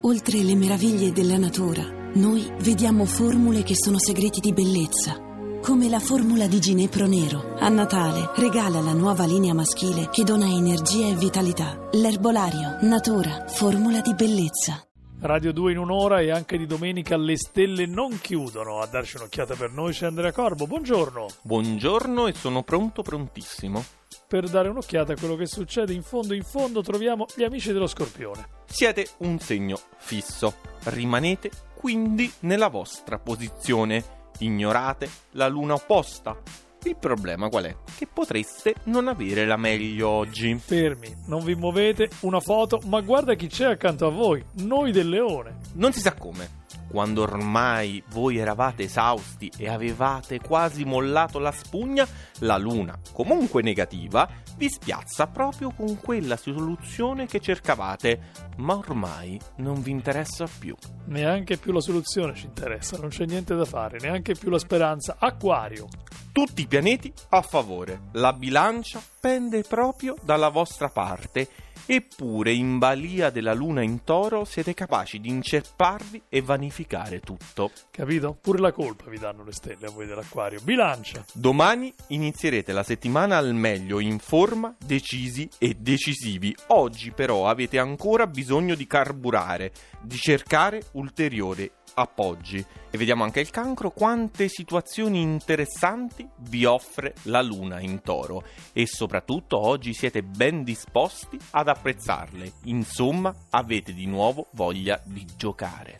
Oltre le meraviglie della natura, noi vediamo formule che sono segreti di bellezza. Come la formula di Ginepro Nero. A Natale regala la nuova linea maschile che dona energia e vitalità. L'erbolario, natura, formula di bellezza. Radio 2 in un'ora e anche di domenica le stelle non chiudono. A darci un'occhiata per noi c'è Andrea Corbo. Buongiorno. Buongiorno e sono prontissimo. Per dare un'occhiata a quello che succede in fondo troviamo gli amici dello Scorpione. Siete un segno fisso. Rimanete quindi nella vostra posizione. Ignorate la luna opposta. Il problema qual è? Che potreste non avere la meglio oggi. Fermi, non vi muovete, una foto, ma guarda chi c'è accanto a voi, noi del Leone. Non si sa come. Quando ormai voi eravate esausti e avevate quasi mollato la spugna, la luna, comunque negativa, vi spiazza proprio con quella soluzione che cercavate, ma ormai non vi interessa più. Neanche più la soluzione ci interessa, non c'è niente da fare, neanche più la speranza. Acquario. Tutti i pianeti a favore, la bilancia pende proprio dalla vostra parte, eppure in balia della luna in Toro siete capaci di incepparvi e vanificare tutto. Capito? Pure la colpa vi danno le stelle a voi dell'Acquario. Bilancia. Domani inizierete la settimana al meglio, in forma, decisi e decisivi. Oggi però avete ancora bisogno di carburare, di cercare ulteriori appoggi. E vediamo anche il Cancro, quante situazioni interessanti vi offre la luna in Toro e soprattutto oggi siete ben disposti ad apprezzarle. Insomma, avete di nuovo voglia di giocare.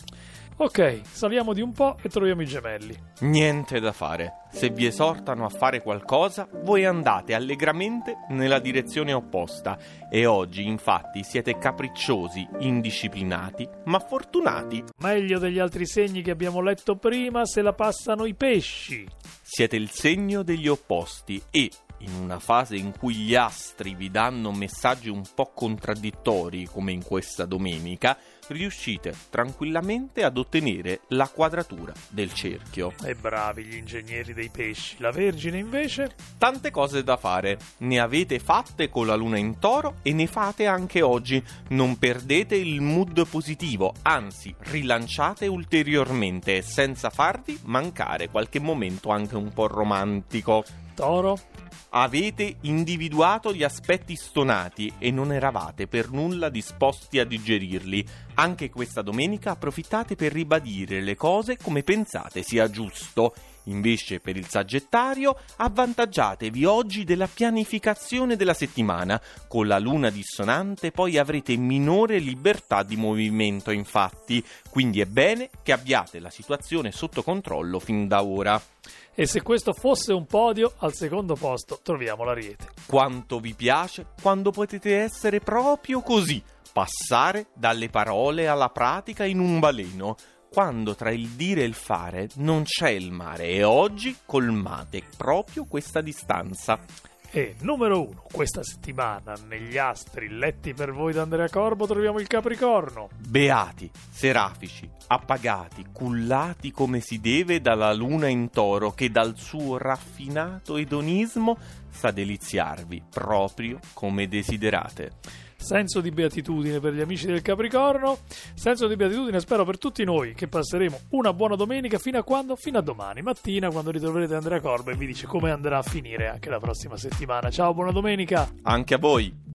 Ok, saliamo di un po' e troviamo i Gemelli. Niente da fare. Se vi esortano a fare qualcosa, voi andate allegramente nella direzione opposta e oggi, infatti, siete capricciosi, indisciplinati, ma fortunati. Meglio degli altri segni che abbiamo letto prima se la passano i Pesci. Siete il segno degli opposti e, in una fase in cui gli astri vi danno messaggi un po' contraddittori, come in questa domenica, riuscite tranquillamente ad ottenere la quadratura del cerchio. E bravi gli ingegneri dei Pesci. La Vergine invece? Tante cose da fare. Ne avete fatte con la luna in Toro e ne fate anche oggi. Non perdete il mood positivo, anzi rilanciate ulteriormente senza farvi mancare qualche momento anche un po' romantico. Toro? Avete individuato gli aspetti stonati e non eravate per nulla disposti a digerirli. Anche questa domenica approfittate per ribadire le cose come pensate sia giusto. Invece per il Sagittario avvantaggiatevi oggi della pianificazione della settimana. Con la luna dissonante poi avrete minore libertà di movimento, infatti. Quindi è bene che abbiate la situazione sotto controllo fin da ora. E se questo fosse un podio, al secondo posto troviamo l'Ariete. Quanto vi piace quando potete essere proprio così, passare dalle parole alla pratica in un baleno, quando tra il dire e il fare non c'è il mare e oggi colmate proprio questa distanza. E numero 1, questa settimana negli astri letti per voi da Andrea Corbo troviamo il Capricorno. Beati, serafici, appagati, cullati come si deve dalla luna in Toro che dal suo raffinato edonismo sa deliziarvi proprio come desiderate. Senso di beatitudine per gli amici del Capricorno, senso di beatitudine spero per tutti noi che passeremo una buona domenica fino a quando? Fino a domani mattina quando ritroverete Andrea Corbo e vi dice come andrà a finire anche la prossima settimana. Ciao, buona domenica! Anche a voi!